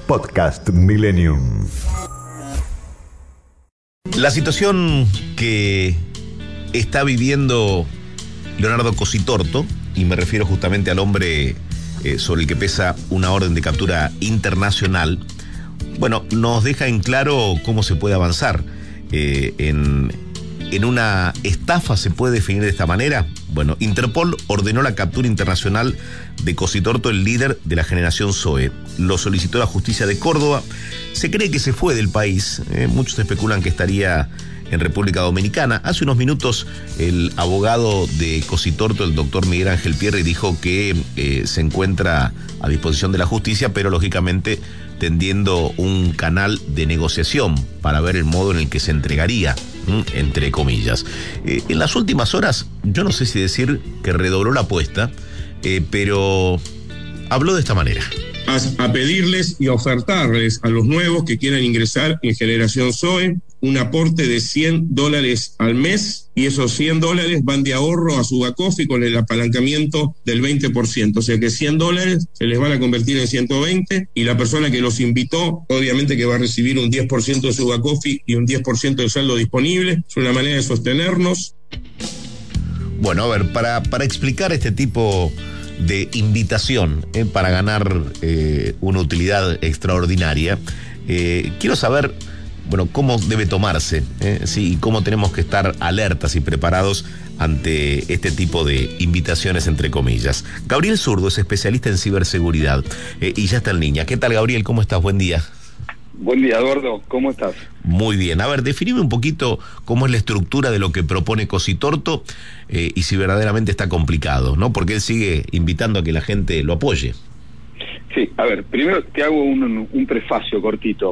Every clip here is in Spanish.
Podcast Millennium. La situación que está viviendo Leonardo Cositorto, y me refiero justamente al hombre sobre el que pesa una orden de captura internacional, bueno, nos deja en claro cómo se puede avanzar. En una estafa se puede definir de esta manera. Bueno, Interpol ordenó la captura internacional de Cositorto, el líder de la generación Zoe. Lo solicitó la justicia de Córdoba. Se cree que se fue del país. Muchos especulan que estaría en República Dominicana. Hace unos minutos el abogado de Cositorto, el doctor Miguel Ángel Pierri, dijo que se encuentra a disposición de la justicia, pero lógicamente tendiendo un canal de negociación para ver el modo en el que se entregaría, entre comillas. En las últimas horas, yo no sé si decir que redobló la apuesta, pero habló de esta manera. A pedirles y a ofertarles a los nuevos que quieran ingresar en Generación Zoe un aporte de $100 al mes, y esos $100 van de ahorro a su Bacofi con el apalancamiento del 20%, o sea que $100 se les van a convertir en 120, y la persona que los invitó obviamente que va a recibir un 10% de su Bacofi y un 10% del saldo disponible. Es una manera de sostenernos. Bueno, a ver, para explicar este tipo de invitación para ganar una utilidad extraordinaria, quiero saber, bueno, cómo debe tomarse, sí, y cómo tenemos que estar alertas y preparados ante este tipo de invitaciones, entre comillas. Gabriel Zurdo es especialista en ciberseguridad y ya está en línea. ¿Qué tal, Gabriel? ¿Cómo estás? Buen día. Buen día, Eduardo. ¿Cómo estás? Muy bien. A ver, definime un poquito cómo es la estructura de lo que propone Cositorto y si verdaderamente está complicado, ¿no? Porque él sigue invitando a que la gente lo apoye. Sí, a ver, primero te hago un prefacio cortito.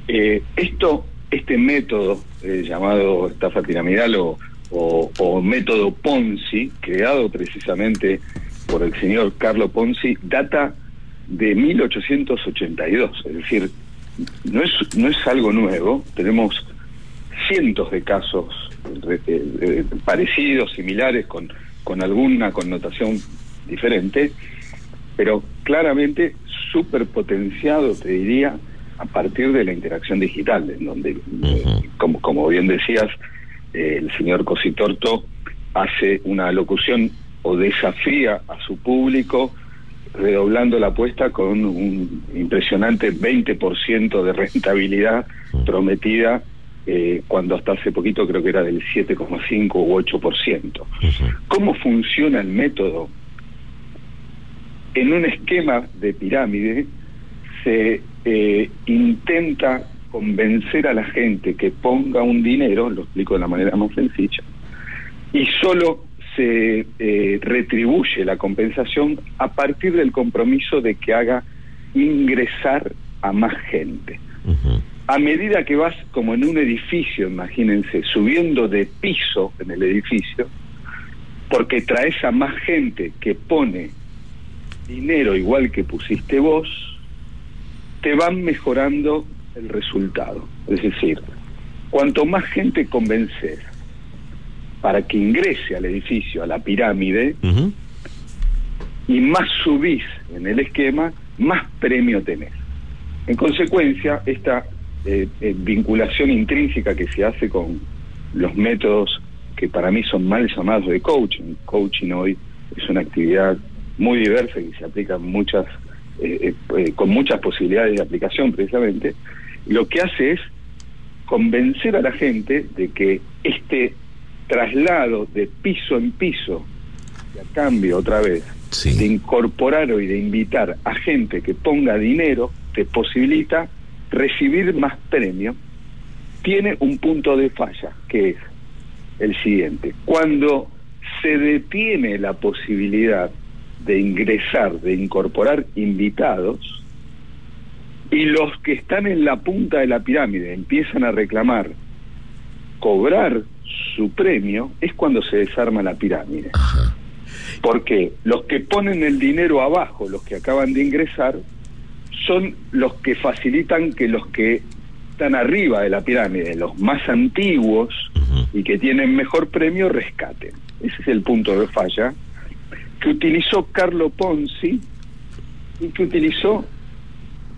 Este método llamado estafa piramidal o método Ponzi, creado precisamente por el señor Carlo Ponzi, data de 1882, es decir, no es algo nuevo. Tenemos cientos de casos parecidos, similares, con alguna connotación diferente, pero claramente superpotenciado, te diría, a partir de la interacción digital, en donde, como bien decías, el señor Cositorto hace una locución o desafía a su público, redoblando la apuesta con un impresionante 20% de rentabilidad prometida, cuando hasta hace poquito creo que era del 7,5 u 8%. ¿Cómo funciona el método? En un esquema de pirámide se intenta convencer a la gente que ponga un dinero, lo explico de la manera más sencilla, y solo se retribuye la compensación a partir del compromiso de que haga ingresar a más gente. A medida que vas, como en un edificio, imagínense, subiendo de piso en el edificio, porque traes a más gente que pone dinero igual que pusiste vos, te van mejorando el resultado. Es decir, cuanto más gente convencer para que ingrese al edificio, a la pirámide, y más subís en el esquema, más premio tenés. En consecuencia, esta vinculación intrínseca que se hace con los métodos que para mí son mal llamados de coaching. Coaching hoy es una actividad muy diversa y se aplica con muchas posibilidades de aplicación precisamente. Lo que hace es convencer a la gente de que este traslado de piso en piso, y a cambio otra vez, de incorporar y de invitar a gente que ponga dinero, te posibilita recibir más premio. Tiene un punto de falla, que es el siguiente: cuando se detiene la posibilidad de ingresar, de incorporar invitados, y los que están en la punta de la pirámide empiezan a reclamar cobrar su premio, es cuando se desarma la pirámide. Porque los que ponen el dinero abajo, los que acaban de ingresar, son los que facilitan que los que están arriba de la pirámide, los más antiguos y que tienen mejor premio, rescaten. Ese es el punto de falla que utilizó Carlo Ponzi y que utilizó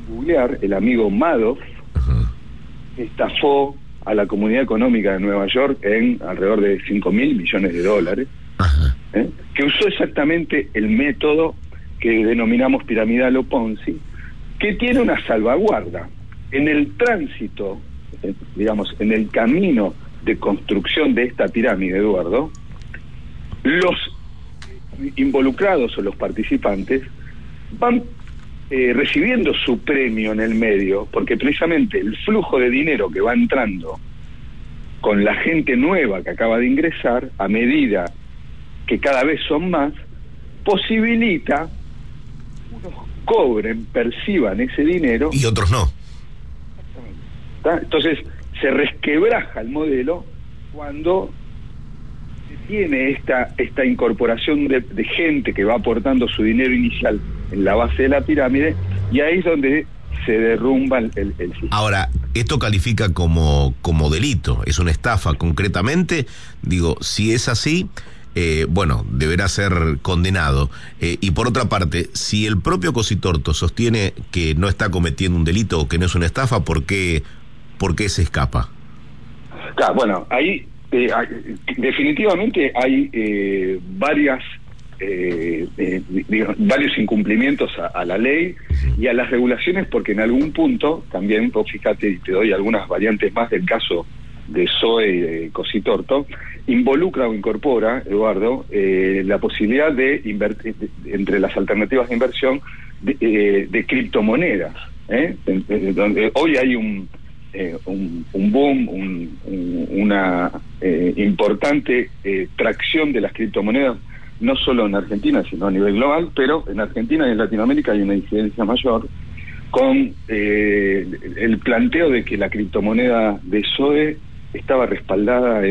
googlear, el amigo Madoff estafó a la Comunidad Económica de Nueva York en alrededor de $5.000 millones, que usó exactamente el método que denominamos piramidal o Ponzi, que tiene una salvaguarda. En el tránsito, digamos, en el camino de construcción de esta pirámide, Eduardo, los involucrados o los participantes van recibiendo su premio en el medio, porque precisamente el flujo de dinero que va entrando con la gente nueva que acaba de ingresar, a medida que cada vez son más, posibilita unos cobren, perciban ese dinero y otros no. Entonces se resquebraja el modelo cuando tiene esta incorporación de gente que va aportando su dinero inicial en la base de la pirámide, y ahí es donde se derrumba el sistema. Ahora, esto califica como delito, es una estafa concretamente. Digo, si es así, bueno, deberá ser condenado. Y por otra parte, si el propio Cositorto sostiene que no está cometiendo un delito o que no es una estafa, ¿por qué se escapa? Claro, bueno, ahí definitivamente hay varios incumplimientos a la ley y a las regulaciones, porque en algún punto, también, vos fíjate, y te doy algunas variantes más del caso de SOE y de Cositorto, involucra o incorpora, Eduardo, la posibilidad de invertir, entre las alternativas de inversión, de criptomonedas, donde hoy hay un boom, una importante tracción de las criptomonedas, no solo en Argentina, sino a nivel global, pero en Argentina y en Latinoamérica hay una incidencia mayor, con el planteo de que la criptomoneda de SOE estaba respaldada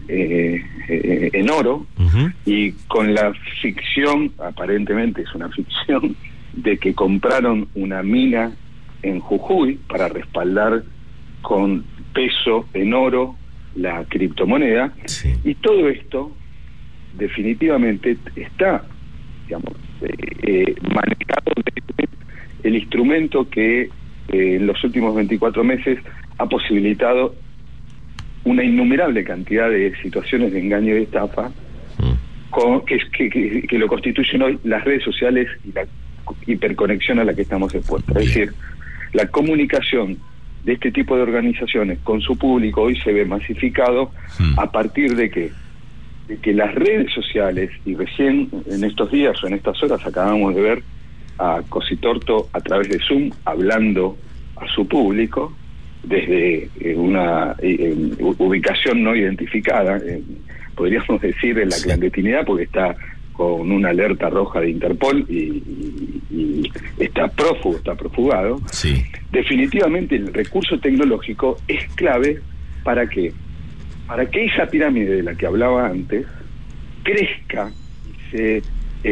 en oro, y con la ficción, aparentemente es una ficción, de que compraron una mina en Jujuy para respaldar con peso en oro la criptomoneda, y todo esto definitivamente está, digamos, manejado desde el instrumento que en los últimos 24 meses ha posibilitado una innumerable cantidad de situaciones de engaño y de estafa, que lo constituyen hoy las redes sociales y la hiperconexión a la que estamos expuestos. Es decir, la comunicación de este tipo de organizaciones con su público hoy se ve masificado a partir de que las redes sociales, y recién en estos días o en estas horas acabamos de ver a Cositorto a través de Zoom hablando a su público desde una ubicación no identificada, podríamos decir en la clandestinidad, porque está con una alerta roja de Interpol y está profugado. Sí. Definitivamente el recurso tecnológico es clave para que esa pirámide de la que hablaba antes crezca, se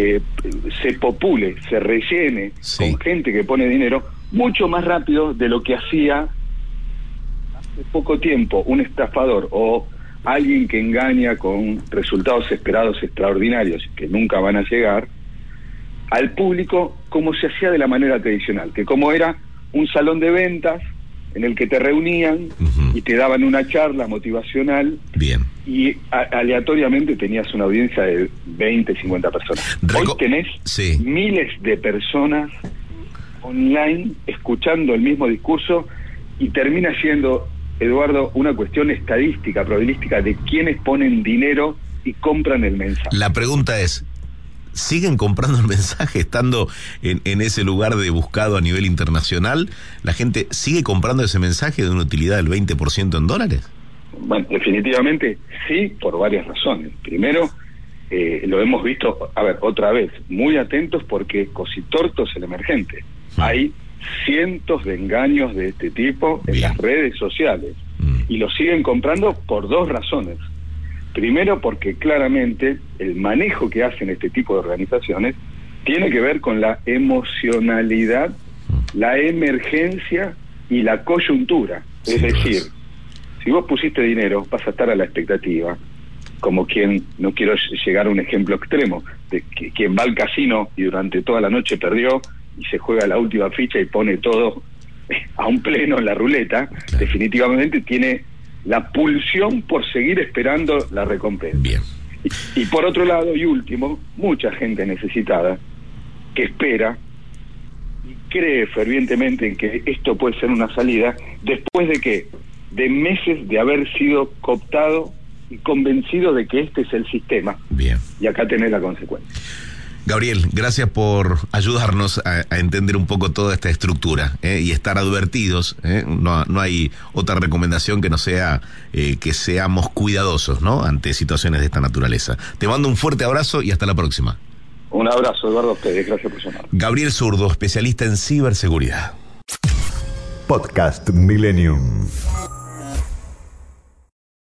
popule, se rellene con gente que pone dinero mucho más rápido de lo que hacía hace poco tiempo un estafador o alguien que engaña con resultados esperados extraordinarios que nunca van a llegar al público, como se hacía de la manera tradicional, que como era un salón de ventas en el que te reunían y te daban una charla motivacional. Bien. Y aleatoriamente tenías una audiencia de 20, 50 personas. Hoy tenés miles de personas online escuchando el mismo discurso, y termina siendo, Eduardo, una cuestión estadística, probabilística, de quienes ponen dinero y compran el mensaje. La pregunta es, ¿siguen comprando el mensaje estando en ese lugar de buscado a nivel internacional? ¿La gente sigue comprando ese mensaje de una utilidad del 20% en dólares? Bueno, definitivamente sí, por varias razones. Primero, lo hemos visto, a ver, otra vez, muy atentos, porque Cositorto es el emergente. Hay cientos de engaños de este tipo en las redes sociales, y lo siguen comprando por dos razones. Primero, porque claramente el manejo que hacen este tipo de organizaciones tiene que ver con la emocionalidad, la emergencia y la coyuntura. Es decir, si vos pusiste dinero, vas a estar a la expectativa, como quien, no quiero llegar a un ejemplo extremo, de quien va al casino y durante toda la noche perdió, y se juega la última ficha y pone todo a un pleno en la ruleta, claro, definitivamente tiene la pulsión por seguir esperando la recompensa. Bien. Y por otro lado, y último, mucha gente necesitada que espera y cree fervientemente en que esto puede ser una salida, después de que, de meses de haber sido cooptado y convencido de que este es el sistema. Bien. Y acá tenés la consecuencia. Gabriel, gracias por ayudarnos a entender un poco toda esta estructura y estar advertidos. No hay otra recomendación que no sea que seamos cuidadosos, ¿no?, ante situaciones de esta naturaleza. Te mando un fuerte abrazo y hasta la próxima. Un abrazo, Eduardo, a ustedes. Gracias por llamar. Gabriel Zurdo, especialista en ciberseguridad. Podcast Millennium.